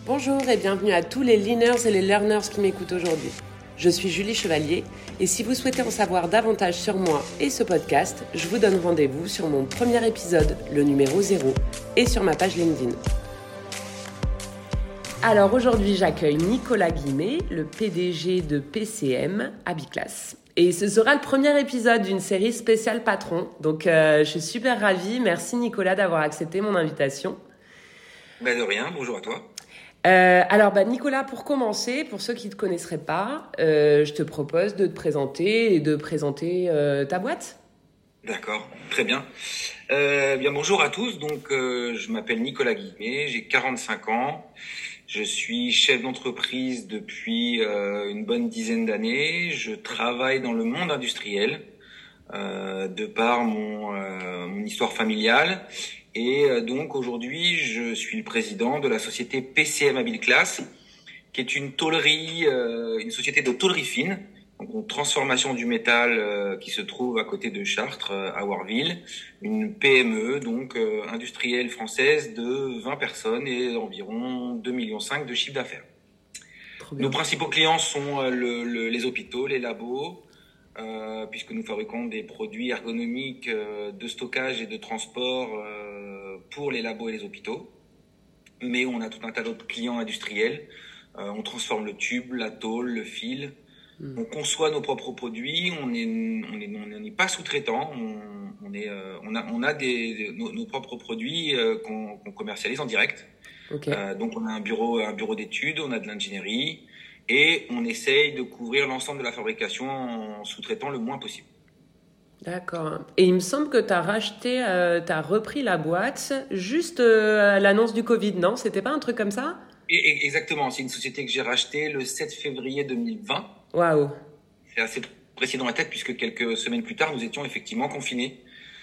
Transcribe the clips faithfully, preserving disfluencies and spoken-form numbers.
Bonjour et bienvenue à tous les leaners et les learners qui m'écoutent aujourd'hui. Je suis Julie Chevalier et si vous souhaitez en savoir davantage sur moi et ce podcast, je vous donne rendez-vous sur mon premier épisode, le numéro zéro, et sur ma page LinkedIn. Alors aujourd'hui, j'accueille Nicolas Guillemet, le P D G de P C M à Biclass. Et ce sera le premier épisode d'une série spéciale patron. Donc euh, je suis super ravie. Merci Nicolas d'avoir accepté mon invitation. Ben de rien, bonjour à toi. Euh, alors bah Nicolas, pour commencer, pour ceux qui ne te connaisseraient pas, euh, je te propose de te présenter et de présenter euh, ta boîte. D'accord, très bien. Euh, bien bonjour à tous, donc euh, je m'appelle Nicolas Guillemet, j'ai quarante-cinq ans, je suis chef d'entreprise depuis euh, une bonne dizaine d'années, je travaille dans le monde industriel euh, de par mon, euh, mon histoire familiale. Et donc aujourd'hui, je suis le président de la société P C M à Biclass, qui est une tôlerie, euh, une société de tôlerie fine, donc une transformation du métal euh, qui se trouve à côté de Chartres, euh, à Warville, une P M E donc euh, industrielle française de vingt personnes et environ deux virgule cinq millions de chiffre d'affaires. Nos principaux clients sont euh, le, le, les hôpitaux, les labos. Euh, puisque nous fabriquons des produits ergonomiques euh, de stockage et de transport euh, pour les labos et les hôpitaux. Mais on a tout un tas d'autres clients industriels. Euh, on transforme le tube, la tôle, le fil. Mmh. On conçoit nos propres produits. On n'est on est, on n'est pas sous-traitant. On, on, est, euh, on, a, on a des, nos, nos propres produits euh, qu'on, qu'on commercialise en direct. Okay. Euh, donc on a un bureau, un bureau d'études, on a de l'ingénierie. Et on essaye de couvrir l'ensemble de la fabrication en sous-traitant le moins possible. D'accord. Et il me semble que tu as racheté, euh, tu as repris la boîte juste euh, à l'annonce du Covid, non? C'était pas un truc comme ça? et, et, Exactement. C'est une société que j'ai rachetée le sept février deux mille vingt. Waouh. C'est assez précis dans ma tête puisque quelques semaines plus tard, nous étions effectivement confinés.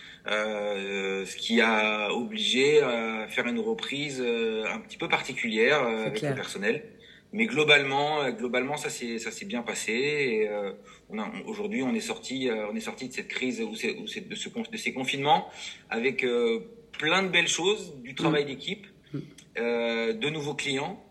Euh, ce qui a obligé à faire une reprise euh, un petit peu particulière euh, avec clair. Le personnel. Mais globalement, globalement, ça s'est ça s'est bien passé. Et euh, on a aujourd'hui, on est sorti, euh, on est sorti de cette crise ou, c'est, ou c'est de, ce, de ces confinements avec euh, plein de belles choses, du travail mmh. d'équipe, euh, de nouveaux clients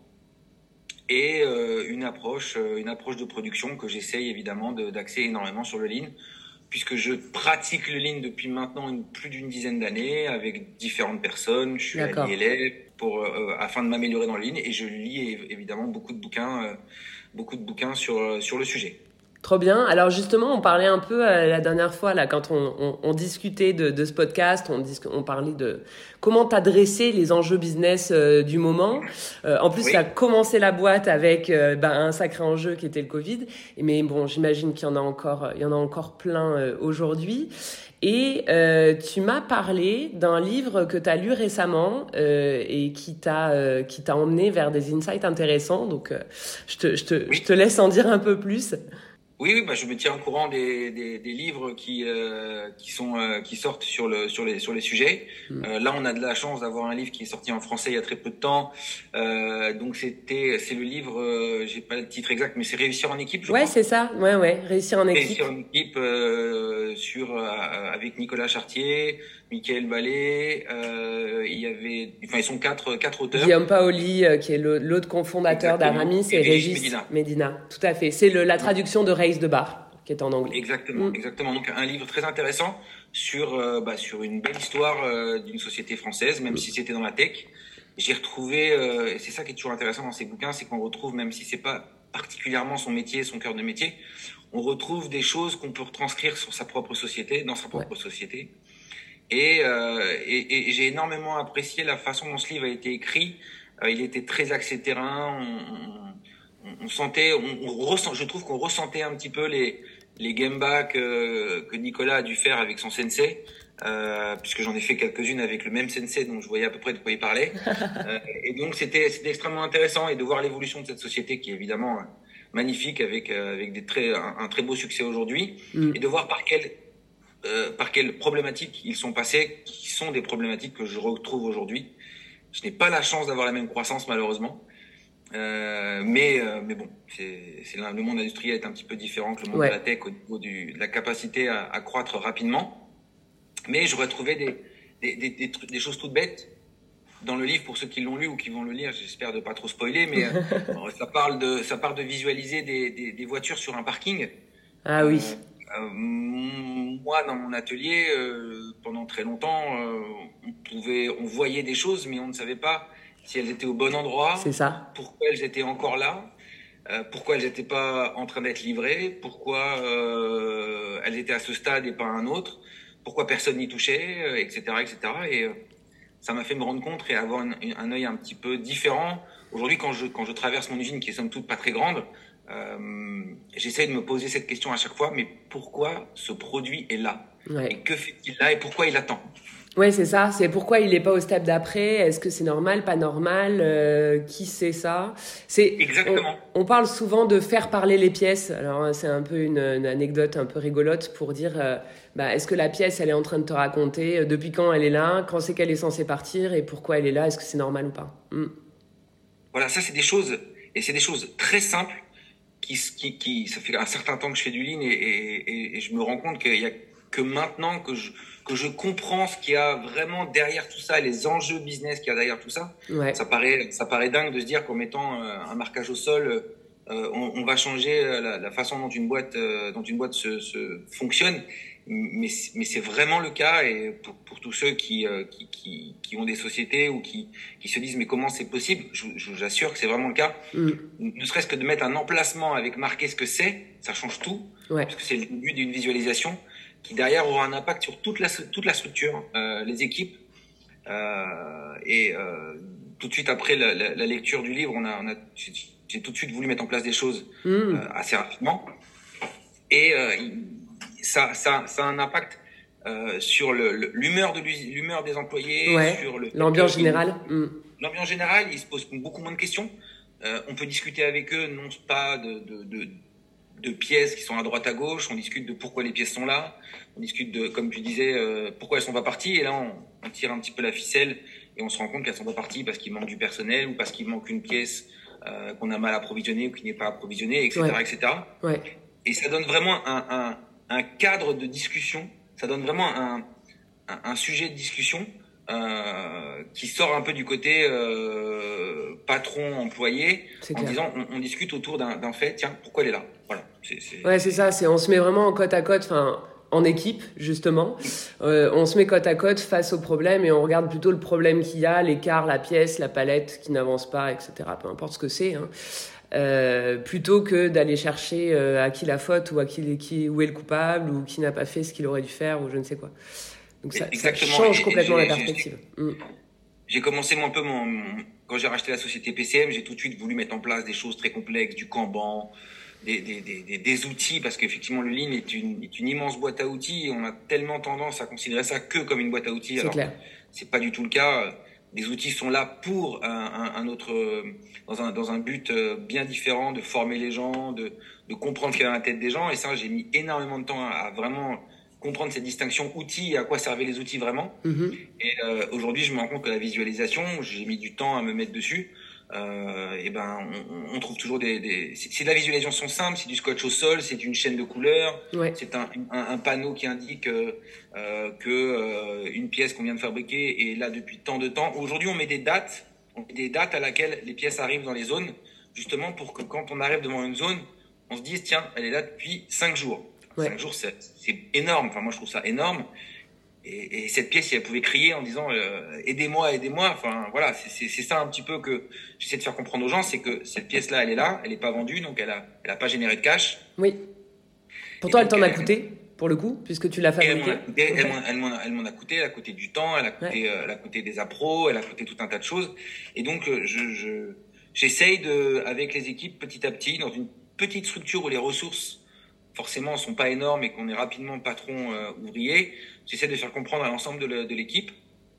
et euh, une approche, une approche de production que j'essaye évidemment de, d'axer énormément sur le lean, puisque je pratique le lean depuis maintenant une, plus d'une dizaine d'années avec différentes personnes. Je suis à l'I L F pour euh, afin de m'améliorer dans le lean et je lis évidemment beaucoup de bouquins, euh, beaucoup de bouquins sur euh, sur le sujet. Trop bien. Alors justement, on parlait un peu euh, la dernière fois là quand on, on, on discutait de, de ce podcast, on, dis- on parlait de comment t'adresser les enjeux business euh, du moment. Euh, en plus, oui. Tu as commencé la boîte avec euh, bah, un sacré enjeu qui était le Covid. Mais bon, j'imagine qu'il y en a encore, il y en a encore plein euh, aujourd'hui. Et euh, tu m'as parlé d'un livre que tu as lu récemment euh, et qui t'a euh, qui t'a emmené vers des insights intéressants. Donc, euh, je te je te oui. je te laisse en dire un peu plus. Oui, oui, bah je me tiens au courant des des, des livres qui euh, qui sont euh, qui sortent sur le sur les sur les sujets. Mmh. Euh, là, on a de la chance d'avoir un livre qui est sorti en français il y a très peu de temps. Euh, donc c'était c'est le livre, euh, j'ai pas le titre exact, mais c'est Réussir en équipe. Je ouais, crois. c'est ça. Ouais, ouais, Réussir en équipe. Réussir en équipe euh, sur euh, avec Nicolas Chartier, Michael Ballet. Euh, il y avait, enfin ils sont quatre quatre auteurs. Guillaume Paoli, euh, qui est le, l'autre cofondateur d'Aramis, et, et Régis Medina. Medina. Tout à fait. C'est le, la traduction de Race de Bar, qui est en anglais. Exactement, mm. exactement. Donc un livre très intéressant sur euh, bah, sur une belle histoire euh, d'une société française, même mm. si c'était dans la tech. J'ai retrouvé, euh, et c'est ça qui est toujours intéressant dans ces bouquins, c'est qu'on retrouve, même si c'est pas particulièrement son métier, son cœur de métier, on retrouve des choses qu'on peut retranscrire sur sa propre société, dans sa propre ouais. société. Et, euh, et, et j'ai énormément apprécié la façon dont ce livre a été écrit. Euh, il était très axé terrain. On, on, on sentait, on, on ressent, je trouve qu'on ressentait un petit peu les les gamba que, que Nicolas a dû faire avec son sensei, euh, puisque j'en ai fait quelques-unes avec le même sensei, donc je voyais à peu près de quoi il parlait. euh, et donc c'était c'était extrêmement intéressant et de voir l'évolution de cette société qui est évidemment magnifique avec avec des très un, un très beau succès aujourd'hui, mm. et de voir par quel Euh, par quelles problématiques ils sont passés, qui sont des problématiques que je retrouve aujourd'hui. Je n'ai pas la chance d'avoir la même croissance malheureusement, euh, mais euh, mais bon, c'est, c'est le monde industriel est un petit peu différent que le monde ouais. de la tech au niveau du, de la capacité à, à croître rapidement. Mais j'aurais trouvé des des, des des des choses toutes bêtes dans le livre, pour ceux qui l'ont lu ou qui vont le lire, j'espère de pas trop spoiler, mais euh, ça parle de ça parle de visualiser des, des, des voitures sur un parking. Ah oui. Euh, euh, moi, dans mon atelier, euh, pendant très longtemps, euh, on pouvait, on voyait des choses, mais on ne savait pas si elles étaient au bon endroit. C'est ça. Pourquoi elles étaient encore là. Euh, pourquoi elles n'étaient pas en train d'être livrées, pourquoi euh, elles étaient à ce stade et pas à un autre, pourquoi personne n'y touchait, euh, et cetera, et cetera. Et euh, ça m'a fait me rendre compte et avoir un, un œil un petit peu différent. Aujourd'hui, quand je quand je traverse mon usine, qui est somme toute pas très grande, euh, j'essaie de me poser cette question à chaque fois. Mais pourquoi ce produit est là? Ouais. Et que fait-il là? Et pourquoi il attend? Ouais, c'est ça. C'est pourquoi il n'est pas au step d'après. Est-ce que c'est normal, pas normal? euh, Qui sait ça? C'est Exactement. On, on parle souvent de faire parler les pièces. Alors c'est un peu une, une anecdote un peu rigolote pour dire, euh, bah, est-ce que la pièce, elle est en train de te raconter euh, depuis quand elle est là, quand c'est qu'elle est censée partir et pourquoi elle est là? Est-ce que c'est normal ou pas? Mm. Voilà, ça c'est des choses, et c'est des choses très simples qui, qui, qui, ça fait un certain temps que je fais du lean et, et, et je me rends compte qu'il y a que maintenant que je, que je comprends ce qu'il y a vraiment derrière tout ça, les enjeux business qu'il y a derrière tout ça. Ouais. Ça paraît, ça paraît dingue de se dire qu'en mettant euh, un marquage au sol, euh, on, on va changer la, la façon dont une boîte, euh, dont une boîte se, se fonctionne. Mais, mais c'est vraiment le cas, et pour, pour tous ceux qui, euh, qui, qui, qui ont des sociétés ou qui, qui se disent mais comment c'est possible, je, je, j'assure que c'est vraiment le cas. Mm. Ne serait-ce que de mettre un emplacement avec marqué ce que c'est, ça change tout, Ouais. parce que c'est le but d'une visualisation qui derrière aura un impact sur toute la, toute la structure, euh, les équipes. Euh, et euh, tout de suite après la, la, la lecture du livre, on a, on a, j'ai tout de suite voulu mettre en place des choses Mm. euh, assez rapidement. Et euh, ça, ça, ça a un impact euh, sur le, le, l'humeur de l'humeur des employés, Ouais. sur le, L'ambiance générale. Mm. L'ambiance générale, ils se posent beaucoup moins de questions. Euh, on peut discuter avec eux, non pas de, de, de de pièces qui sont à droite à gauche, on discute de pourquoi les pièces sont là, on discute de, comme tu disais, euh, pourquoi elles sont pas parties, et là on, on tire un petit peu la ficelle et on se rend compte qu'elles sont pas parties parce qu'il manque du personnel ou parce qu'il manque une pièce euh, qu'on a mal approvisionnée ou qui n'est pas approvisionnée, et cetera, Ouais. et cetera. Ouais. Et ça donne vraiment un, un, un cadre de discussion, ça donne vraiment un, un, un sujet de discussion euh, qui sort un peu du côté euh, patron-employé, C'est en clair. disant on, on discute autour d'un, d'un fait, tiens, pourquoi elle est là? Voilà. C'est, c'est... Ouais, c'est ça. C'est on se met vraiment en côte à côte, enfin en équipe justement. Euh, on se met côte à côte face au problème et on regarde plutôt le problème qu'il y a, l'écart, la pièce, la palette qui n'avance pas, et cetera. Peu importe ce que c'est. Hein. Euh, plutôt que d'aller chercher euh, à qui la faute ou à qui, qui où est le coupable ou qui n'a pas fait ce qu'il aurait dû faire ou je ne sais quoi. Donc ça, ça change et, complètement et la j'ai, perspective. J'ai, Mm. j'ai commencé moi, un peu mon, mon quand j'ai racheté la société P C M, j'ai tout de suite voulu mettre en place des choses très complexes, du Kanban, des, des, des, des, des outils, parce qu'effectivement le Lean est une, est une immense boîte à outils et on a tellement tendance à considérer ça que comme une boîte à outils. C'est Alors clair. c'est pas du tout le cas. Des outils sont là pour un, un, un autre, dans un, dans un but bien différent, de former les gens, de, de comprendre ce qu'il y a dans la tête des gens. Et ça, j'ai mis énormément de temps à, à vraiment comprendre cette distinction outils et à quoi servaient les outils vraiment. Mm-hmm. Et euh, aujourd'hui, je me rends compte que la visualisation, j'ai mis du temps à me mettre dessus. Euh, et ben, on, on trouve toujours des, des... C'est de la visualisation simple, c'est du scotch au sol, c'est une chaîne de couleurs, Ouais. c'est un, un, un panneau qui indique euh, que euh, une pièce qu'on vient de fabriquer est là depuis tant de temps. Aujourd'hui, on met des dates, on met des dates à laquelle les pièces arrivent dans les zones, justement pour que quand on arrive devant une zone, on se dise tiens, elle est là depuis cinq jours. Ouais. Cinq jours, c'est, c'est énorme. Enfin, moi, je trouve ça énorme. Et, et cette pièce, si elle pouvait crier en disant euh, aidez-moi, aidez-moi. Enfin, voilà, c'est, c'est, c'est ça un petit peu que j'essaie de faire comprendre aux gens, c'est que cette pièce-là, elle est là, elle est pas vendue, donc elle a, elle a pas généré de cash. Oui. Pourtant, elle donc, t'en a elle, coûté, pour le coup, puisque tu l'as fabriquée. Elle m'en a coûté, elle m'en, elle, m'en a, elle m'en a coûté, elle a coûté du temps, elle a coûté, ouais. euh, elle a coûté des appros, elle a coûté tout un tas de choses. Et donc, euh, je, je, j'essaye de, avec les équipes, petit à petit, dans une petite structure où les ressources forcément sont pas énormes et qu'on est rapidement patron euh, ouvrier, j'essaie de faire comprendre à l'ensemble de, le, de l'équipe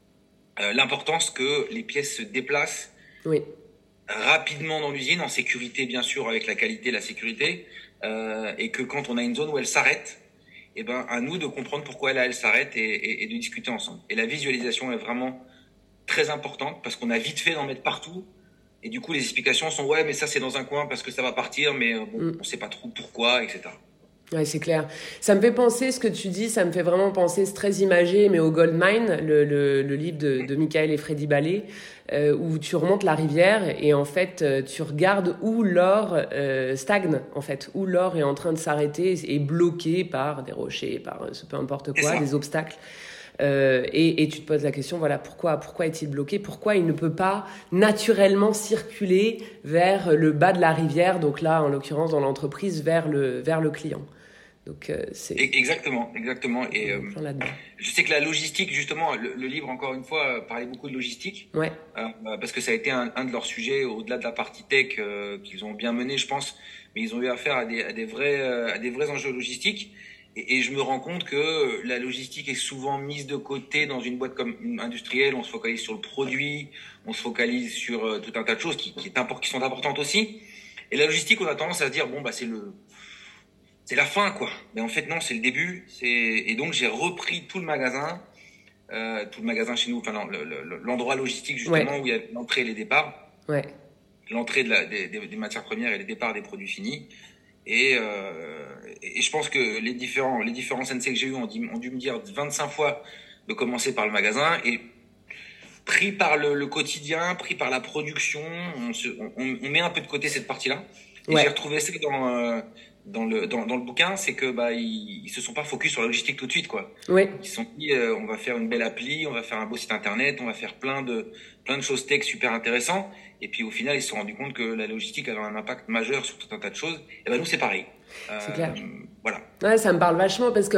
euh, l'importance que les pièces se déplacent oui. rapidement dans l'usine, en sécurité bien sûr, avec la qualité et la sécurité, euh, et que quand on a une zone où elle s'arrête, eh ben à nous de comprendre pourquoi elle, elle s'arrête et, et, et de discuter ensemble. Et la visualisation est vraiment très importante parce qu'on a vite fait d'en mettre partout. Et du coup, les explications sont ouais, mais ça c'est dans un coin parce que ça va partir, mais euh, bon, mm. on sait pas trop pourquoi, et cetera. Ouais, c'est clair. Ça me fait penser, ce que tu dis, ça me fait vraiment penser, c'est très imagé, mais au Goldmine, le, le, le livre de, de Michael et Freddy Ballet, euh, où tu remontes la rivière et en fait, euh, tu regardes où l'or euh, stagne, en fait, où l'or est en train de s'arrêter et bloqué par des rochers, par euh, peu importe quoi, des obstacles. Euh, et, et tu te poses la question, voilà, pourquoi, pourquoi est-il bloqué? Pourquoi il ne peut pas naturellement circuler vers le bas de la rivière, donc là, en l'occurrence, dans l'entreprise, vers le, vers le client. Donc, euh, c'est... Exactement, exactement. Et euh, je sais que la logistique, justement, le, le livre, encore une fois, parlait beaucoup de logistique. Ouais. Euh, parce que ça a été un, un de leurs sujets, au-delà de la partie tech, euh, qu'ils ont bien mené, je pense. Mais ils ont eu affaire à des, à des vrais, euh, à des vrais enjeux logistiques. Et, et je me rends compte que la logistique est souvent mise de côté dans une boîte comme industrielle. On se focalise sur le produit, on se focalise sur euh, tout un tas de choses qui, qui, est import- qui sont importantes aussi. Et la logistique, on a tendance à se dire, bon, bah, c'est le... c'est la fin, quoi. Mais en fait, non, c'est le début. C'est... Et donc, j'ai repris tout le magasin, euh, tout le magasin chez nous, enfin, non, le, le, l'endroit logistique, justement, ouais. où il y a l'entrée et les départs. Ouais. L'entrée de la, des, des, des matières premières et les départs des produits finis. Et, euh, et je pense que les différents, les différents sensei que j'ai eu ont, dit, ont dû me dire vingt-cinq fois de commencer par le magasin. Et pris par le, le quotidien, pris par la production, on, se, on, on met un peu de côté cette partie-là. Et ouais. j'ai retrouvé ça dans... Euh, dans le dans, dans le bouquin, c'est que bah ils, ils se sont pas focus sur la logistique tout de suite, quoi. Oui. Ils se sont dit euh, on va faire une belle appli, on va faire un beau site internet, on va faire plein de plein de choses tech super intéressants, et puis au final ils se sont rendus compte que la logistique avait un impact majeur sur tout un tas de choses. Et ben nous c'est pareil. C'est euh, clair. Voilà. Ouais, ça me parle vachement parce que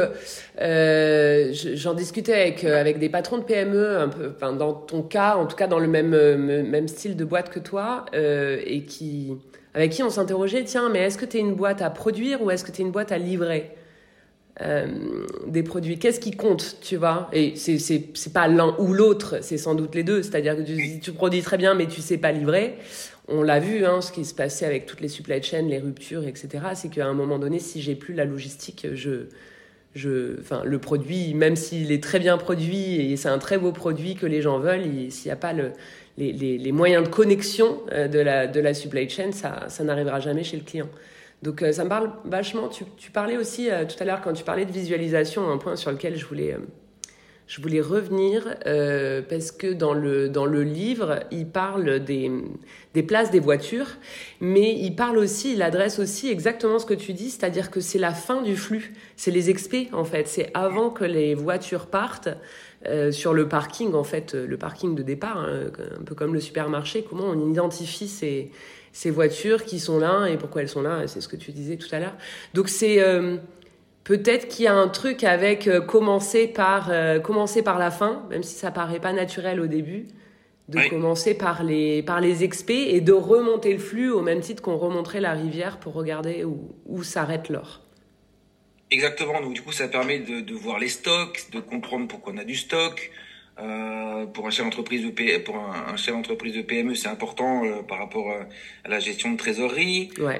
euh, j'en discutais avec avec des patrons de P M E un peu, enfin dans ton cas, en tout cas dans le même même style de boîte que toi, euh, et qui avec qui on s'interrogeait, tiens, mais est-ce que tu es une boîte à produire ou est-ce que tu es une boîte à livrer euh, des produits? Qu'est-ce qui compte, tu vois? Et c'est, c'est, c'est pas l'un ou l'autre, c'est sans doute les deux. C'est-à-dire que tu, tu produis très bien, mais tu sais pas livrer. On l'a vu, hein, ce qui se passait avec toutes les supply chains, les ruptures, et cetera. C'est qu'à un moment donné, si j'ai plus la logistique, je... Je, enfin, le produit, même s'il est très bien produit et c'est un très beau produit que les gens veulent, il, s'il n'y a pas le, les, les, les moyens de connexion de la, de la supply chain, ça, ça n'arrivera jamais chez le client. Donc, ça me parle vachement. Tu, tu parlais aussi euh, tout à l'heure, quand tu parlais de visualisation, un point sur lequel je voulais, euh, je voulais revenir, euh, parce que dans le, dans le livre, il parle des, des places des voitures, mais il parle aussi, il adresse aussi exactement ce que tu dis, c'est-à-dire que c'est la fin du flux. C'est les expés, en fait. C'est avant que les voitures partent euh, sur le parking, en fait, le parking de départ, hein, un peu comme le supermarché. Comment on identifie ces, ces voitures qui sont là et pourquoi elles sont là? C'est ce que tu disais tout à l'heure. Donc, c'est... Euh, peut-être qu'il y a un truc avec euh, commencer, par, euh, commencer par la fin, même si ça paraît pas naturel au début, de oui. commencer par les, par les expés et de remonter le flux au même titre qu'on remonterait la rivière pour regarder où, où s'arrête l'or. Exactement, donc du coup ça permet de, de voir les stocks, de comprendre pourquoi on a du stock. Euh, pour un chef d'entreprise de P, pour un, un chef d'entreprise de P M E, c'est important euh, par rapport à, à la gestion de trésorerie. Ouais.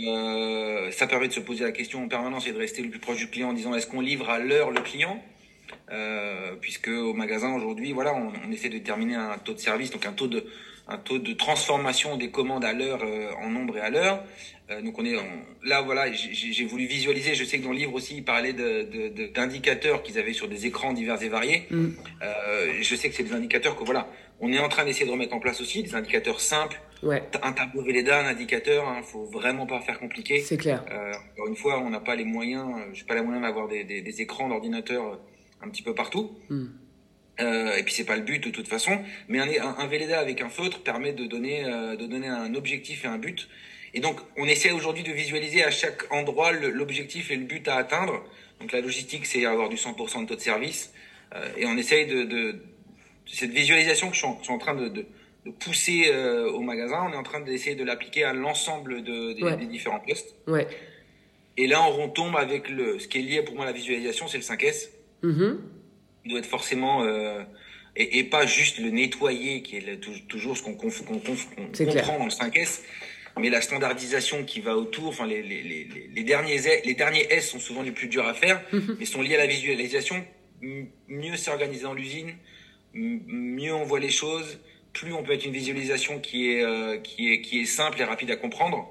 Euh, ça permet de se poser la question en permanence et de rester le plus proche du client en disant est-ce qu'on livre à l'heure le client, euh, puisque au magasin aujourd'hui, voilà, on, on essaie de déterminer un taux de service, donc un taux de un taux de transformation des commandes à l'heure, euh, en nombre et à l'heure. Euh, donc on est on, là, voilà, j'ai, j'ai voulu visualiser. Je sais que dans le livre aussi, il parlait de, de, de, d'indicateurs qu'ils avaient sur des écrans divers et variés. Mm. Euh, je sais que c'est des indicateurs que voilà, on est en train d'essayer de remettre en place aussi, des indicateurs simples. Ouais. Un tableau Velleda, un indicateur, hein, faut vraiment pas faire compliqué. C'est clair. Euh, encore une fois, on n'a pas les moyens, j'ai pas les moyens d'avoir des, des, des écrans d'ordinateur un petit peu partout. Mm. Euh, et puis c'est pas le but de toute façon, mais un, un, un Velleda avec un feutre permet de donner, euh, de donner un objectif et un but. Et donc on essaie aujourd'hui de visualiser à chaque endroit le, l'objectif et le but à atteindre. Donc la logistique, c'est avoir du cent pour cent de taux de service, euh, et on essaye de, de, de cette visualisation que je suis en, je suis en train de, de, de pousser euh, au magasin. On est en train d'essayer de l'appliquer à l'ensemble de, des, ouais. des différents postes. Ouais. Et là on retombe avec le, ce qui est lié pour moi à la visualisation, c'est le cinq S. Mm-hmm. Il doit être forcément euh, et, et pas juste le nettoyer qui est le, toujours ce qu'on, conf, qu'on, conf, qu'on comprend clair. Dans le cinq S, mais la standardisation qui va autour. Enfin les les les, les derniers les derniers S sont souvent les plus durs à faire, mm-hmm. mais sont liés à la visualisation. Mieux c'est organisé dans l'usine, mieux on voit les choses, plus on peut être une visualisation qui est euh, qui est qui est simple et rapide à comprendre.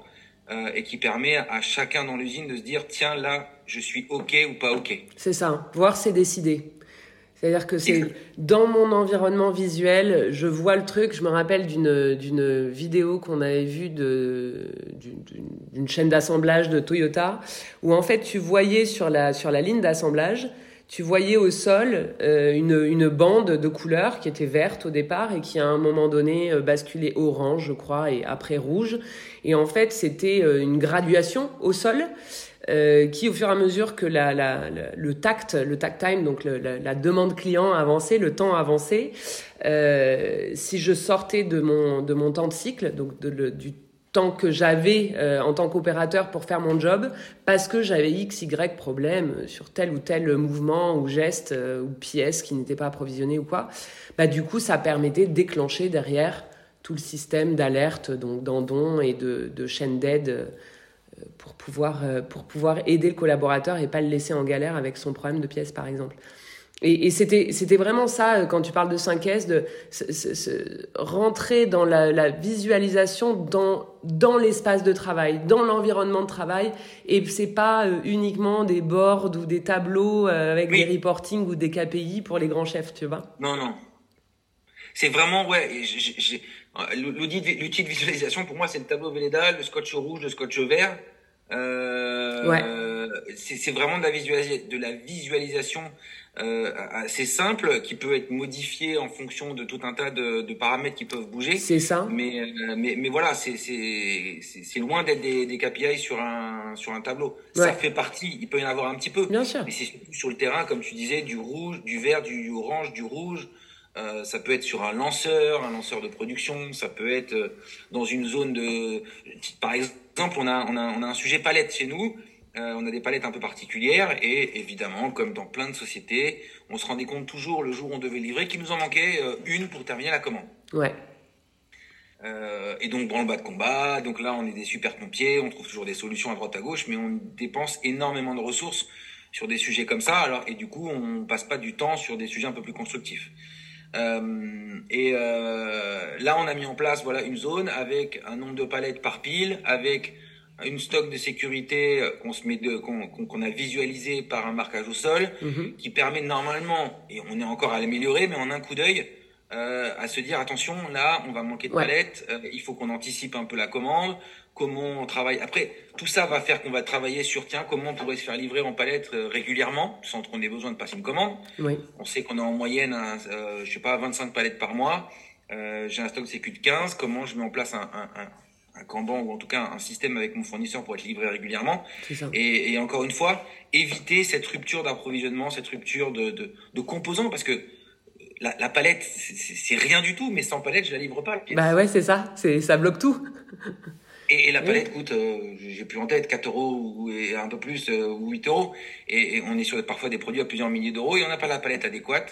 euh, et qui permet à chacun dans l'usine de se dire tiens là je suis ok ou pas ok. C'est ça, voir c'est décider. C'est-à-dire que c'est dans mon environnement visuel, je vois le truc. Je me rappelle d'une, d'une vidéo qu'on avait vue de, d'une, d'une chaîne d'assemblage de Toyota, où en fait tu voyais sur la, sur la ligne d'assemblage, tu voyais au sol euh, une, une bande de couleurs qui était verte au départ et qui à un moment donné euh, basculait orange, je crois, et après rouge. Et en fait, c'était euh, une graduation au sol. Euh, qui, au fur et à mesure que la, la, la, le tact, le tact time, donc le, la, la demande client avançait, le temps avançait, euh, si je sortais de mon, de mon temps de cycle, donc de, le, du temps que j'avais euh, en tant qu'opérateur pour faire mon job, parce que j'avais X, Y problème sur tel ou tel mouvement ou geste euh, ou pièce qui n'était pas approvisionné ou quoi, bah, du coup, ça permettait de déclencher derrière tout le système d'alerte, donc d'andon et de, de chaîne d'aide euh, pour pouvoir, euh, pour pouvoir aider le collaborateur et pas le laisser en galère avec son problème de pièce, par exemple. Et, et c'était, c'était vraiment ça, quand tu parles de cinq S, de c- c- c- rentrer dans la, la visualisation dans, dans l'espace de travail, dans l'environnement de travail. Et c'est pas euh, uniquement des boards ou des tableaux euh, avec Oui. des reporting ou des K P I pour les grands chefs, tu vois. Non, non. C'est vraiment, ouais, j'ai, j'ai, l'outil de, l'outil de visualisation, pour moi, c'est le tableau Velleda, le scotch rouge, le scotch vert. Euh, Ouais. c'est, c'est vraiment de la, visualis- de la visualisation euh, assez simple, qui peut être modifiée en fonction de tout un tas de, de paramètres qui peuvent bouger. C'est ça. Mais, euh, mais, mais voilà, c'est, c'est, c'est, c'est loin d'être des, des K P I sur un, sur un tableau. Ouais. Ça fait partie, il peut y en avoir un petit peu. Bien sûr. Mais c'est surtout sur le terrain, comme tu disais, du rouge, du vert, du orange, du rouge. Euh, ça peut être sur un lanceur, un lanceur de production. Ça peut être euh, dans une zone de, par exemple, on a, on a, on a un sujet palette chez nous. Euh, on a des palettes un peu particulières et évidemment, comme dans plein de sociétés, on se rendait compte toujours le jour où on devait livrer qu'il nous en manquait euh, une pour terminer la commande. Ouais. Euh, et donc branle-bas de combat. Donc là, on est des super pompiers, on trouve toujours des solutions à droite à gauche, mais on dépense énormément de ressources sur des sujets comme ça. Alors et du coup, on passe pas du temps sur des sujets un peu plus constructifs. Euh, et euh, là, on a mis en place voilà une zone avec un nombre de palettes par pile, avec une stock de sécurité qu'on se met de, qu'on, qu'on a visualisé par un marquage au sol, Mm-hmm. qui permet normalement, et on est encore à l'améliorer, mais en un coup d'œil, euh, à se dire attention, là, on va manquer de Ouais. palettes, euh, il faut qu'on anticipe un peu la commande. Comment on travaille. Après, tout ça va faire qu'on va travailler sur tiens, comment on pourrait se faire livrer en palette euh, régulièrement, sans qu'on ait besoin de passer une commande. Oui. On sait qu'on a en moyenne, un, euh, je sais pas, vingt-cinq palettes par mois. Euh, j'ai un stock de sécu de quinze. Comment je mets en place un, un, un, un Kanban ou en tout cas un système avec mon fournisseur pour être livré régulièrement. C'est ça. Et, et encore une fois, éviter cette rupture d'approvisionnement, cette rupture de, de, de composants, parce que la, la palette, c'est, c'est, c'est rien du tout, mais sans palette, je la livre pas. Bah ouais, c'est ça. C'est, ça bloque tout. Et, et la palette Oui. coûte, euh, j'ai plus en tête, quatre euros ou et un peu plus, euh, ou huit euros. Et, et on est sur parfois des produits à plusieurs milliers d'euros et on n'a pas la palette adéquate.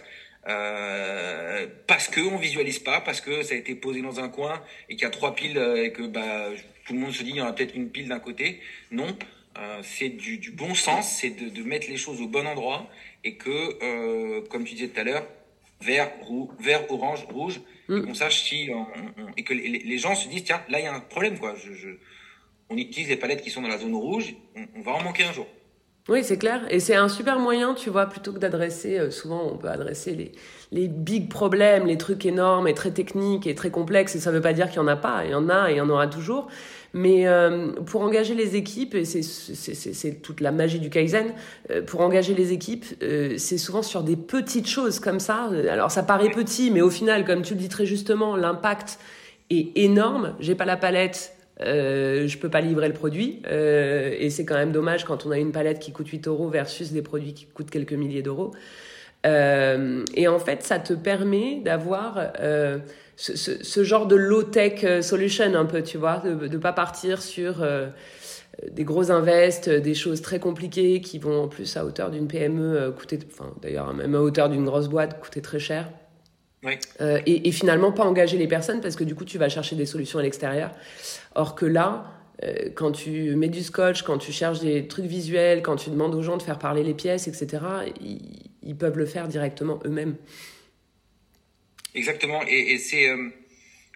Euh, parce que on visualise pas, parce que ça a été posé dans un coin et qu'il y a trois piles euh, et que bah tout le monde se dit il y en a peut-être une pile d'un côté. Non, euh, c'est du, du bon sens, c'est de, de mettre les choses au bon endroit et que, euh, comme tu disais tout à l'heure, vert, roux, vert, orange, rouge, et qu'on sache si on, on- et que les, les gens se disent tiens là il y a un problème quoi. Je, je, on utilise les palettes qui sont dans la zone rouge, on, on va en manquer un jour. Oui, c'est clair. Et c'est un super moyen, tu vois, plutôt que d'adresser, euh, souvent on peut adresser les, les big problèmes, les trucs énormes et très techniques et très complexes. Et ça ne veut pas dire qu'il n'y en a pas. Il y en a et il y en aura toujours. Mais euh, pour engager les équipes, et c'est, c'est, c'est, c'est toute la magie du Kaizen, euh, pour engager les équipes, euh, c'est souvent sur des petites choses comme ça. Alors ça paraît petit, mais au final, comme tu le dis très justement, l'impact est énorme. J'ai pas la palette. Euh, je peux pas livrer le produit euh, et c'est quand même dommage quand on a une palette qui coûte huit euros versus des produits qui coûtent quelques milliers d'euros. Euh, et en fait, ça te permet d'avoir euh, ce, ce, ce genre de low-tech solution un peu, tu vois, de ne pas partir sur euh, des gros invests, des choses très compliquées qui vont en plus à hauteur d'une P M E euh, coûter, enfin d'ailleurs même à hauteur d'une grosse boîte coûter très cher. Oui. Euh, et, et finalement pas engager les personnes parce que du coup tu vas chercher des solutions à l'extérieur. Or que là, euh, quand tu mets du scotch, quand tu cherches des trucs visuels, quand tu demandes aux gens de faire parler les pièces, et cetera, ils, ils peuvent le faire directement eux-mêmes. Exactement. Et, et c'est, euh,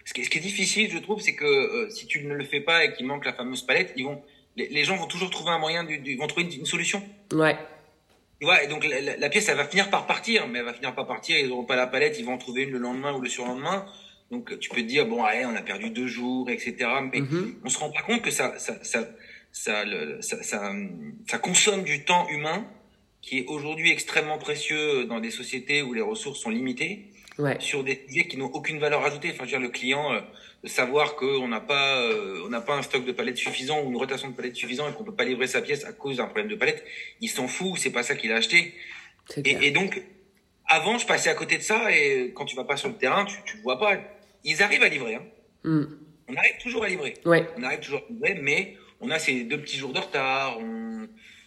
Ce qui est, ce qui est difficile, je trouve, c'est que euh, si tu ne le fais pas et qu'il manque la fameuse palette, ils vont, les, les gens vont toujours trouver un moyen, du, du, vont trouver une, une solution. Ouais. Tu vois, et donc la, la, la pièce, elle va finir par partir, mais elle va finir par partir. Ils n'auront pas la palette, ils vont en trouver une le lendemain ou le surlendemain. Donc tu peux te dire bon, allez, on a perdu deux jours, et cetera. Mais mm-hmm. on se rend pas compte que ça, ça, ça, ça, le, ça, ça, ça consomme du temps humain qui est aujourd'hui extrêmement précieux dans des sociétés où les ressources sont limitées. Ouais. Sur des sujets qui n'ont aucune valeur ajoutée. Enfin, je veux dire, le client, euh, de savoir qu'on n'a pas, euh, on n'a pas un stock de palettes suffisant ou une rotation de palettes suffisant et qu'on peut pas livrer sa pièce à cause d'un problème de palette, il s'en fout. C'est pas ça qu'il a acheté. Et, et donc, avant, je passais à côté de ça et quand tu vas pas sur le terrain, tu, tu le vois pas. Ils arrivent à livrer. Hein. Mm. On arrive toujours à livrer. Ouais. On arrive toujours à livrer, mais on a ces deux petits jours de retard. On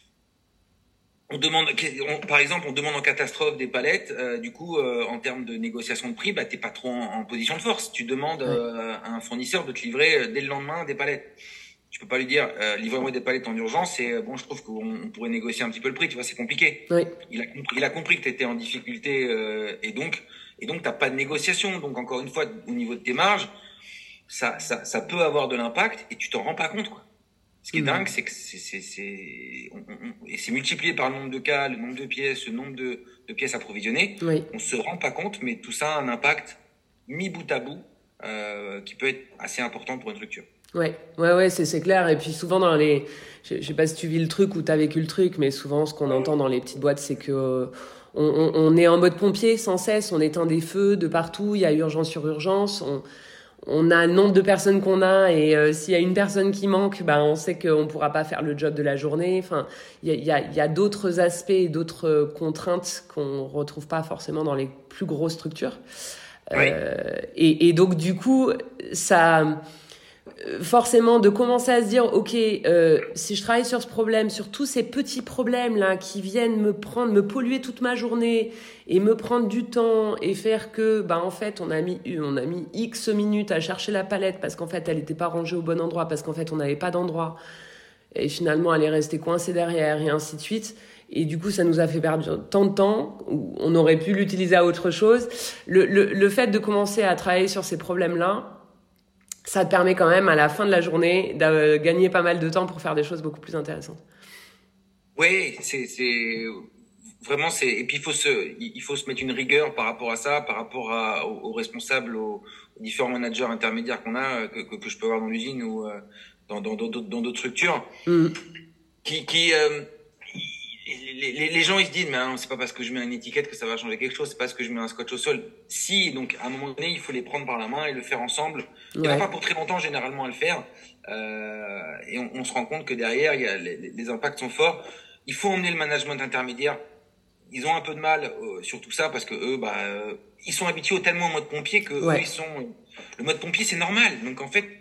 On demande, on, par exemple, on demande en catastrophe des palettes. Euh, du coup, euh, en termes de négociation de prix, bah, t'es pas trop en, en position de force. Tu demandes euh, à un fournisseur de te livrer euh, dès le lendemain des palettes. Tu peux pas lui dire, euh, livrez-moi des palettes en urgence. Et euh, bon, je trouve qu'on on pourrait négocier un petit peu le prix. Tu vois, c'est compliqué. Oui. Il a compris, il a compris que t'étais en difficulté euh, et donc, et donc t'as pas de négociation. Donc encore une fois, au niveau de tes marges, ça, ça, ça peut avoir de l'impact et tu t'en rends pas compte, quoi. Ce qui est mmh. dingue, c'est que c'est, c'est, c'est, on, on, et c'est multiplié par le nombre de cas, le nombre de pièces, le nombre de, de pièces approvisionnées. Oui. On se rend pas compte, mais tout ça a un impact mis bout à bout euh, qui peut être assez important pour une structure. Ouais, ouais, ouais, c'est, c'est clair. Et puis souvent dans les, je, je sais pas si tu vis le truc ou t'as vécu le truc, mais souvent ce qu'on entend dans les petites boîtes, c'est que euh, on, on, on est en mode pompier sans cesse, on éteint des feux de partout, il y a urgence sur urgence. On, On a le nombre de personnes qu'on a et euh, s'il y a une personne qui manque, bah, on sait qu'on ne pourra pas faire le job de la journée. Enfin, il y a, y a, y a d'autres aspects et d'autres contraintes qu'on ne retrouve pas forcément dans les plus grosses structures. Oui. Euh, et, et donc, du coup, ça... forcément de commencer à se dire ok euh, si je travaille sur ce problème, sur tous ces petits problèmes là qui viennent me prendre, me polluer toute ma journée et me prendre du temps et faire que bah en fait on a mis on a mis X minutes à chercher la palette parce qu'en fait elle n'était pas rangée au bon endroit, parce qu'en fait on n'avait pas d'endroit et finalement elle est restée coincée derrière et ainsi de suite. Et du coup, ça nous a fait perdre tant de temps où on aurait pu l'utiliser à autre chose. Le, le, le fait de commencer à travailler sur ces problèmes-là, ça te permet quand même, à la fin de la journée, de gagner pas mal de temps pour faire des choses beaucoup plus intéressantes. Oui, c'est, c'est vraiment c'est. Et puis il faut se, il faut se mettre une rigueur par rapport à ça, par rapport à, aux, aux responsables, aux, aux différents managers intermédiaires qu'on a, que, que, que je peux avoir dans l'usine ou euh, dans, dans, dans, dans d'autres structures, mmh. qui, qui euh, Les, les, les gens ils se disent mais hein, c'est pas parce que je mets une étiquette que ça va changer quelque chose, c'est pas parce que je mets un scotch au sol. Si, donc à un moment donné il faut les prendre par la main et le faire ensemble. Ouais. Il n'y a pas pour très longtemps généralement à le faire euh, et on, on se rend compte que derrière il y a les, les impacts sont forts. Il faut emmener le management intermédiaire. Ils ont un peu de mal euh, sur tout ça parce que eux bah euh, ils sont habitués tellement au mode pompier que ouais. eux, ils sont le mode pompier c'est normal. Donc en fait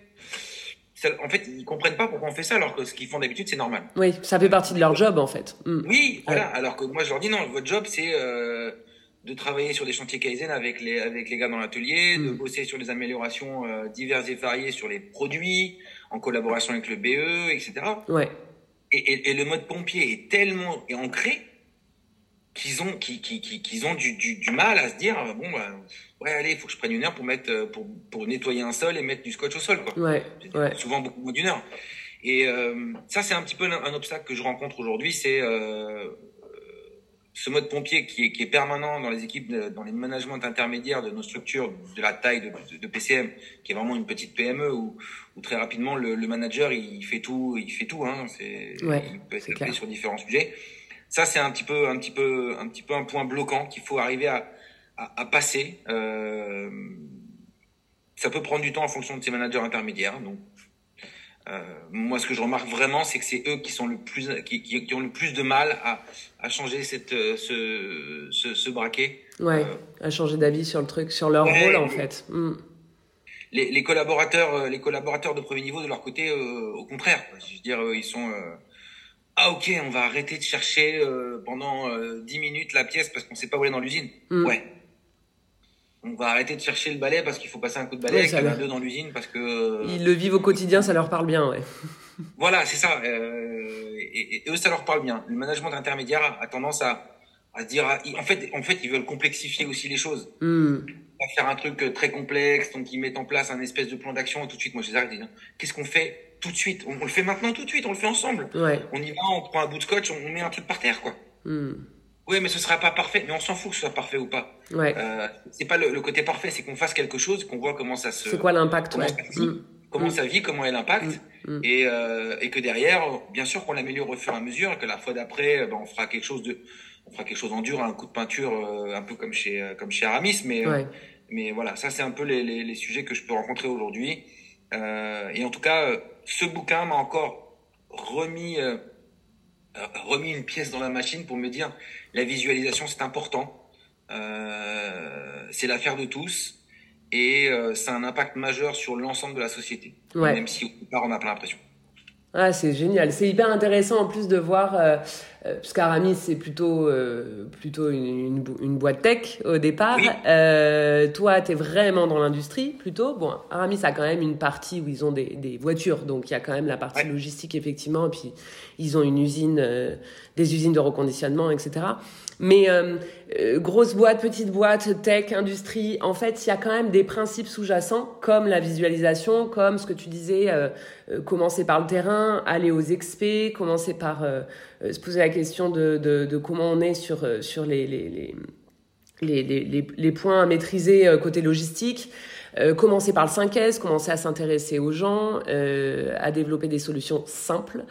En fait, ils comprennent pas pourquoi on fait ça, alors que ce qu'ils font d'habitude, c'est normal. Oui, ça fait partie de leur job, en fait. Mm. Oui, voilà. Ouais. Alors que moi, je leur dis non, votre job, c'est euh, de travailler sur des chantiers Kaizen avec les avec les gars dans l'atelier, mm. de bosser sur des améliorations euh, diverses et variées sur les produits, en collaboration avec le B E, et cetera. Ouais. Et, et, et le mode pompier est tellement ancré qu'ils ont qui qui qui qu'ils ont du du du mal à se dire bon bah, ouais allez il faut que je prenne une heure pour mettre pour pour nettoyer un sol et mettre du scotch au sol quoi. Ouais, ouais. Souvent beaucoup moins d'une heure. Et euh, ça c'est un petit peu un, un obstacle que je rencontre aujourd'hui, c'est euh, ce mode pompier qui est qui est permanent dans les équipes de, dans les managements intermédiaires de nos structures de la taille de, de, de P C M qui est vraiment une petite P M E où où très rapidement le, le manager il fait tout il fait tout hein c'est ouais, il peut être appelé sur différents sujets. Ça, c'est un petit peu, un petit peu, un petit peu un point bloquant qu'il faut arriver à, à, à passer. Euh, ça peut prendre du temps en fonction de ces managers intermédiaires. Donc, euh, moi, ce que je remarque vraiment, c'est que c'est eux qui sont le plus, qui, qui, qui ont le plus de mal à, à changer cette, ce, ce, ce braquet. Ouais, euh, à changer d'avis sur le truc, sur leur ouais, rôle en fait. Mm. Les, les collaborateurs, les collaborateurs de premier niveau de leur côté, euh, au contraire, je veux dire, ils sont euh, ah ok, on va arrêter de chercher euh, pendant euh, dix minutes la pièce parce qu'on sait pas où elle est dans l'usine. Mm. Ouais. On va arrêter de chercher le balai parce qu'il faut passer un coup de balai, ouais, qu'il y en a deux dans l'usine parce que... Ils le vivent au quotidien, ça leur parle bien, ouais. Voilà, c'est ça. Euh, et, et eux, ça leur parle bien. Le management intermédiaire a tendance à, à se dire... À, en fait, en fait, ils veulent complexifier aussi les choses. Mm. à faire un truc très complexe, donc ils mettent en place un espèce de plan d'action et tout de suite, moi je les arrête, je dis, qu'est-ce qu'on fait tout de suite? On, on le fait maintenant tout de suite, on le fait ensemble. Ouais. On y va, on prend un bout de scotch, on met un truc par terre, quoi. Mm. Oui, mais ce sera pas parfait, mais on s'en fout que ce soit parfait ou pas. Ouais. Euh, c'est pas le, le côté parfait, c'est qu'on fasse quelque chose, qu'on voit comment ça se. C'est quoi l'impact, comment ouais. ça vit, Mm. comment Mm. ça vit, comment elle impacte, Mm. Mm. et euh, et que derrière, bien sûr qu'on l'améliore au fur et à mesure, et que la fois d'après, ben, on fera quelque chose de, on fera quelque chose en dur, un coup de peinture, euh, un peu comme chez euh, comme chez Aramis, mais Ouais. euh, mais voilà, ça c'est un peu les les, les sujets que je peux rencontrer aujourd'hui. Euh, et en tout cas, euh, ce bouquin m'a encore remis euh, euh, remis une pièce dans la machine pour me dire la visualisation c'est important, euh, c'est l'affaire de tous et euh, ça a un impact majeur sur l'ensemble de la société, Ouais. même si au départ on n'a pas l'impression. Ah, c'est génial. C'est hyper intéressant en plus de voir, euh, euh, parce qu'Aramis c'est plutôt euh, plutôt une, une, bo- une boîte tech au départ. Oui. Euh, toi, t'es vraiment dans l'industrie plutôt. Bon, Aramis a quand même une partie où ils ont des, des voitures, donc il y a quand même la partie Ouais. logistique effectivement. Et puis ils ont une usine, euh, des usines de reconditionnement, et cetera. Mais euh, euh, grosse boîte, petite boîte, tech, industrie, en fait, il y a quand même des principes sous-jacents comme la visualisation, comme ce que tu disais, euh, euh, commencer par le terrain, aller aux experts, commencer par euh, euh, se poser la question de, de, de comment on est sur, euh, sur les, les, les, les, les, les, les points à maîtriser euh, côté logistique. Euh, commencer par le cinq S, commencer à s'intéresser aux gens, euh, à développer des solutions simples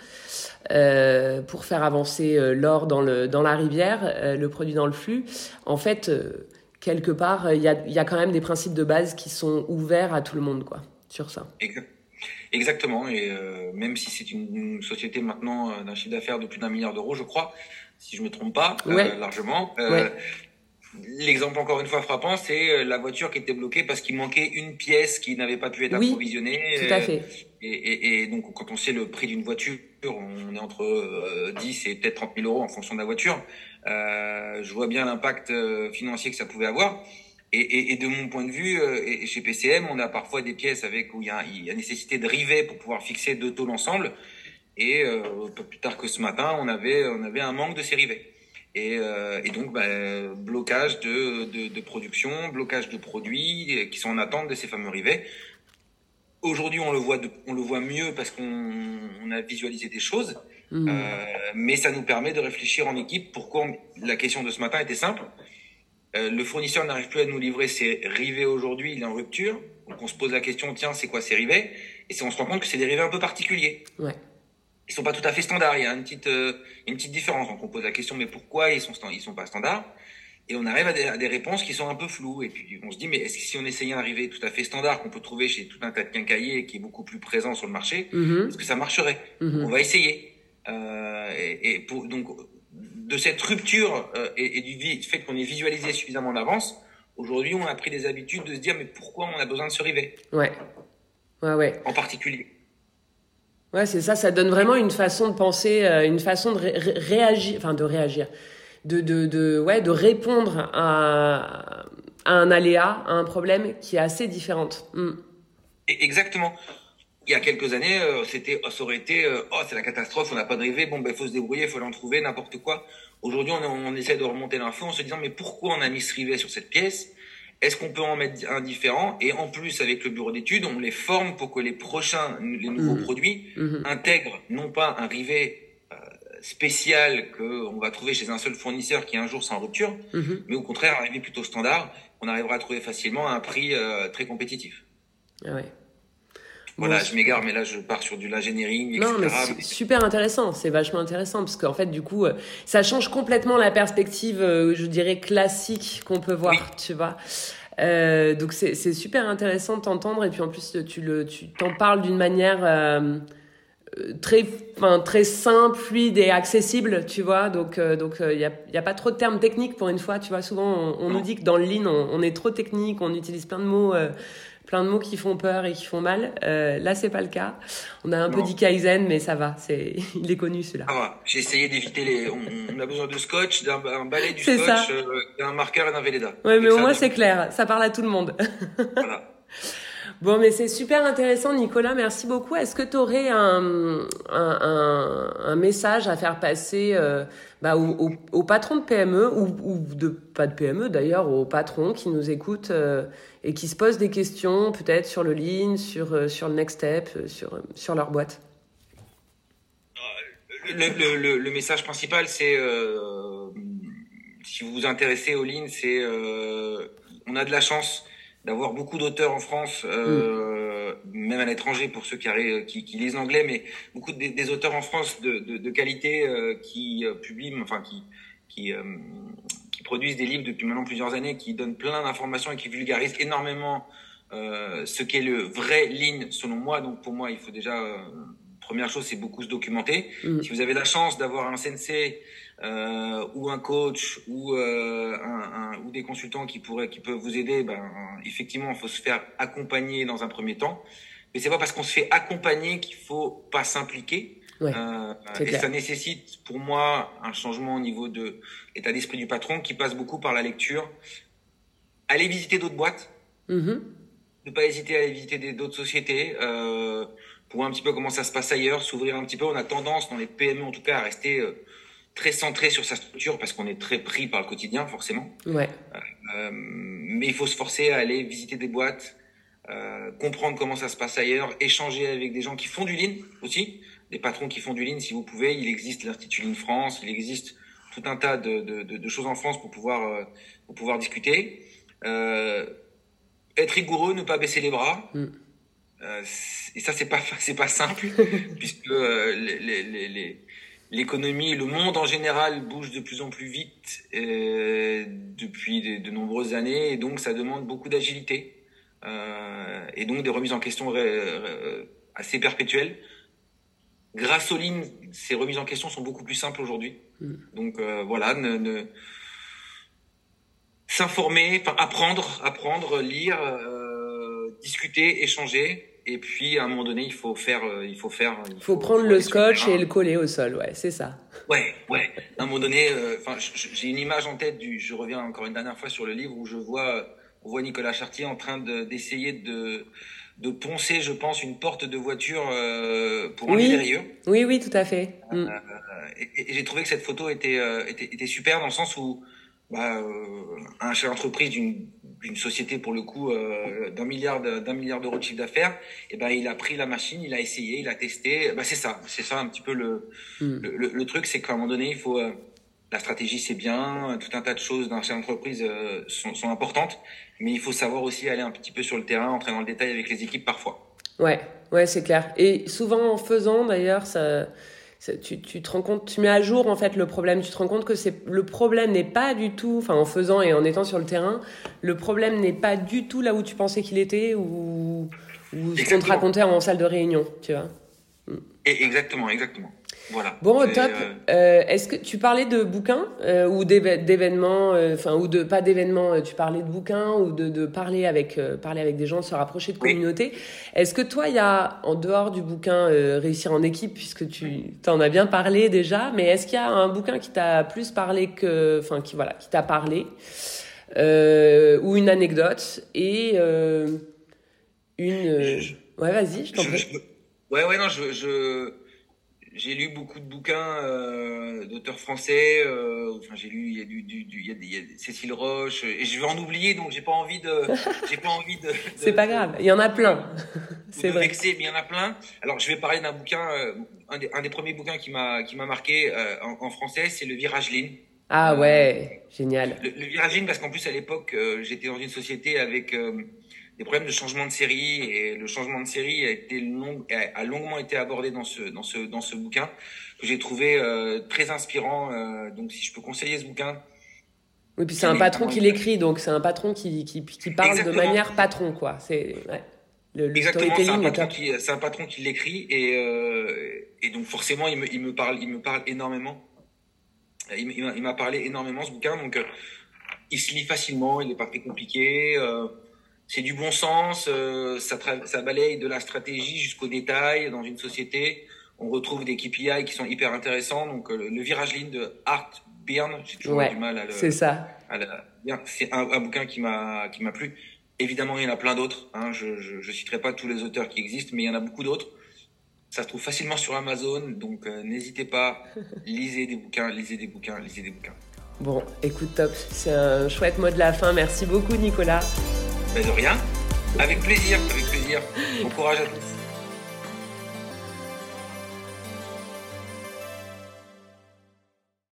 euh, pour faire avancer euh, l'or dans, le, dans la rivière, euh, le produit dans le flux. En fait, euh, quelque part, il y a, y a quand même des principes de base qui sont ouverts à tout le monde, quoi, sur ça. Exact- Exactement, et euh, même si c'est une, une société maintenant euh, d'un chiffre d'affaires de plus d'un milliard d'euros, je crois, si je me trompe pas, euh, Ouais. largement. Euh, Ouais. L'exemple encore une fois frappant, c'est euh, la voiture qui était bloquée parce qu'il manquait une pièce qui n'avait pas pu être Oui, approvisionnée. tout à fait. Et, et, et donc, quand on sait le prix d'une voiture, on est entre euh, dix et peut-être trente mille euros en fonction de la voiture. Euh, je vois bien l'impact euh, financier que ça pouvait avoir. Et, et, et de mon point de vue, euh, et chez P C M, on a parfois des pièces avec où il y a, il y a nécessité de rivets pour pouvoir fixer deux tôles ensemble. Et euh, un peu plus tard que ce matin, on avait, on avait un manque de ces rivets. Et, euh, et donc, bah, blocage de, de, de production, blocage de produits qui sont en attente de ces fameux rivets. Aujourd'hui, on le voit, de, on le voit mieux parce qu'on on a visualisé des choses, Mmh. euh, mais ça nous permet de réfléchir en équipe. Pourquoi on, la question de ce matin était simple. Euh, le fournisseur n'arrive plus à nous livrer ses rivets aujourd'hui, il est en rupture. Donc, on se pose la question, tiens, c'est quoi ces rivets? Et c'est, on se rend compte que c'est des rivets un peu particuliers. Ouais. Ils sont pas tout à fait standards. Il y a une petite, euh, une petite différence. Donc on pose la question, mais pourquoi ils sont, stand- ils sont pas standards? Et on arrive à des, à des réponses qui sont un peu floues. Et puis on se dit, mais est-ce que si on essayait un rivet tout à fait standard qu'on peut trouver chez tout un tas de quincailliers et qui est beaucoup plus présent sur le marché, Mmh. est-ce que ça marcherait? Mmh. On va essayer. Euh, et, et pour, donc de cette rupture euh, et, et du vi- du fait qu'on ait visualisé suffisamment en avance, aujourd'hui on a pris des habitudes de se dire, mais pourquoi on a besoin de ce rivet Ouais. Ouais, ouais. en particulier? Ouais, c'est ça, ça donne vraiment une façon de penser, euh, une façon de ré- ré- réagir, enfin de réagir, de, de, de, ouais, de répondre à, à un aléa, à un problème qui est assez différente. Mm. Et exactement. Il y a quelques années, euh, c'était, ça aurait été, euh, oh, c'est la catastrophe, on n'a pas de rivet, bon, ben, faut se débrouiller, faut l'en trouver, n'importe quoi. Aujourd'hui, on, on essaie de remonter l'info en se disant, mais pourquoi on a mis ce rivet sur cette pièce? Est-ce qu'on peut en mettre un différent? Et en plus, avec le bureau d'études, on les forme pour que les prochains, les nouveaux Mmh. produits Mhm. intègrent non pas un rivet euh, spécial que on va trouver chez un seul fournisseur qui un jour sera en rupture, Mhm. mais au contraire un rivet plutôt standard qu'on arrivera à trouver facilement à un prix euh, très compétitif. Ah ouais. Voilà, Bon, je m'égare, mais là je pars sur du l'ingénierie, non, mais et cetera. su- super intéressant, c'est vachement intéressant parce qu'en fait, du coup, euh, ça change complètement la perspective, euh, je dirais, classique qu'on peut voir, Oui. tu vois. Euh, donc c'est c'est super intéressant de t'entendre et puis en plus tu le tu t'en parles d'une manière euh, euh, très enfin très simple, fluide et accessible, tu vois. Donc euh, donc il euh, y a y a pas trop de termes techniques pour une fois, tu vois. Souvent on, on nous dit que dans le lean on, on est trop technique, on utilise plein de mots euh, plein de mots qui font peur et qui font mal. Euh, là c'est pas le cas. On a un Non. peu dit Kaizen mais ça va, c'est il est connu celui-là. Ça va. J'ai essayé d'éviter les. On, on a besoin de scotch, d'un un balai du C'est ça. scotch, euh, d'un marqueur et d'un Velleda. Ouais, mais Et au ça, moins donc, c'est clair, ça parle à tout le monde. Voilà. Bon, mais c'est super intéressant, Nicolas. Merci beaucoup. Est-ce que tu aurais un, un, un, un message à faire passer euh, bah, aux, aux, aux patrons de P M E ou, ou de pas de P M E d'ailleurs, aux patrons qui nous écoutent euh, et qui se posent des questions peut-être sur le lean, sur euh, sur le next step, euh, sur sur leur boîte? Le, le, le, le message principal, c'est euh, si vous vous intéressez au lean, c'est euh, on a de la chance d'avoir beaucoup d'auteurs en France, euh, mm. même à l'étranger pour ceux qui, qui, qui lisent l'anglais, mais beaucoup de, des auteurs en France de, de, de qualité euh, qui euh, publient, enfin qui qui, euh, qui produisent des livres depuis maintenant plusieurs années, qui donnent plein d'informations et qui vulgarisent énormément euh, ce qu'est le vrai lean selon moi. Donc pour moi, il faut déjà euh, première chose, c'est beaucoup se documenter. Mm. Si vous avez la chance d'avoir un sensei euh, ou un coach ou euh, un, un, ou des consultants qui pourraient, qui peuvent vous aider, ben effectivement, il faut se faire accompagner dans un premier temps. Mais c'est pas parce qu'on se fait accompagner qu'il faut pas s'impliquer. Ouais, euh, et clair. Ça nécessite, pour moi, un changement au niveau de l'état d'esprit du patron qui passe beaucoup par la lecture. Aller visiter d'autres boîtes. Mm-hmm. Ne pas hésiter à aller visiter des, d'autres sociétés. Euh, pour voir un petit peu comment ça se passe ailleurs, s'ouvrir un petit peu. On a tendance, dans les P M E en tout cas, à rester euh, très centré sur sa structure parce qu'on est très pris par le quotidien, forcément. Ouais. Euh, mais il faut se forcer à aller visiter des boîtes, euh, comprendre comment ça se passe ailleurs, échanger avec des gens qui font du lean aussi, des patrons qui font du lean si vous pouvez. Il existe l'Institut Lean France, il existe tout un tas de, de, de, de choses en France pour pouvoir, euh, pour pouvoir discuter. Euh, être rigoureux, ne pas baisser les bras. Mm. Euh, et ça c'est pas c'est pas simple puisque euh, les, les, les, l'économie, le monde en général bouge de plus en plus vite euh, depuis de, de nombreuses années et donc ça demande beaucoup d'agilité euh, et donc des remises en question ré, ré, assez perpétuelles. Grâce au lean, ces remises en question sont beaucoup plus simples aujourd'hui. Mm. Donc euh, voilà, ne, ne s'informer, enfin apprendre, apprendre, lire, euh, discuter, échanger. Et puis, à un moment donné, il faut faire, il faut faire. Il faut, faut prendre faut le scotch et le coller au sol, ouais, c'est ça. Ouais, ouais. À un moment donné, enfin, euh, j'ai une image en tête du. Je reviens encore une dernière fois sur le livre où je vois, on voit Nicolas Chartier en train de, d'essayer de, de poncer, je pense, une porte de voiture euh, pour enlever les rayures. Oui, oui, tout à fait. Euh, mm. Et, et j'ai trouvé que cette photo était, euh, était, était super dans le sens où, bah, euh, un chef d'entreprise d'une d'une société pour le coup euh, d'un milliard de, d'un milliard d'euros de chiffre d'affaires, et ben il a pris la machine, il a essayé, il a testé. Ben c'est ça, c'est ça un petit peu le mm. le, le, le truc, c'est qu'à un moment donné il faut euh, la stratégie c'est bien, tout un tas de choses dans cette entreprise euh, sont, sont importantes, mais il faut savoir aussi aller un petit peu sur le terrain, entrer dans le détail avec les équipes parfois. Ouais, ouais c'est clair. Et souvent en faisant d'ailleurs ça. Tu, tu te rends compte, tu mets à jour en fait le problème, tu te rends compte que c'est, le problème n'est pas du tout, enfin en faisant et en étant sur le terrain, le problème n'est pas du tout là où tu pensais qu'il était ou, ou ce qu'on te racontait en salle de réunion, tu vois. Et exactement, exactement. Voilà. Bon, au top. Euh... Euh, est-ce que tu parlais de bouquins euh, ou d'événements, enfin euh, ou de pas d'événements, tu parlais de bouquins ou de, de parler avec euh, parler avec des gens, de se rapprocher de communautés. Oui. Est-ce que toi, il y a en dehors du bouquin euh, Réussir en équipe, puisque tu t'en as bien parlé déjà, mais est-ce qu'il y a un bouquin qui t'a plus parlé que, enfin qui voilà, qui t'a parlé euh, ou une anecdote et euh, une. Je... Ouais, vas-y, je t'en prie. Je... Ouais, ouais, non, je. je... J'ai lu beaucoup de bouquins euh, d'auteurs français. Euh, enfin, j'ai lu, il y a du, du, du il y a, il y a Cécile Roche, et je vais en oublier, donc j'ai pas envie de, j'ai pas envie de. de c'est pas grave, il y en a plein. C'est vrai. Vexer, mais il y en a plein. Alors, je vais parler d'un bouquin, euh, un, des, un des premiers bouquins qui m'a, qui m'a marqué euh, en, en français, c'est Le Virage Lean. Ah ouais, euh, génial. Le, le Virage Lean, parce qu'en plus à l'époque, euh, j'étais dans une société avec euh, des problèmes de changement de série, et le changement de série a été long, a longuement été abordé dans ce dans ce dans ce bouquin que j'ai trouvé euh, très inspirant. Euh, donc si je peux conseiller ce bouquin. Oui, puis c'est un patron qui l'écrit, donc c'est un patron qui qui qui parle Exactement. de manière patron, quoi. C'est ouais. Le, le Exactement, c'est un patron qui c'est un patron qui l'écrit et euh, et donc forcément il me il me parle il me parle énormément. Il, il, m'a, il m'a parlé énormément ce bouquin, donc euh, il se lit facilement, il n'est pas très compliqué. Euh, C'est du bon sens, euh, ça, tra- ça balaye de la stratégie jusqu'au détail dans une société. On retrouve des K P I qui sont hyper intéressants. Donc euh, le Virage Lean de Art Byrne, j'ai toujours ouais, du mal à le. C'est ça. À la, bien, c'est un, un bouquin qui m'a qui m'a plu. évidemment, il y en a plein d'autres. Hein. Je ne citerai pas tous les auteurs qui existent, mais il y en a beaucoup d'autres. Ça se trouve facilement sur Amazon, donc euh, n'hésitez pas, lisez des bouquins, lisez des bouquins, lisez des bouquins. Bon, écoute, top. C'est un chouette mot de la fin. Merci beaucoup, Nicolas. Ben de rien. Avec plaisir, avec plaisir. Bon courage à tous.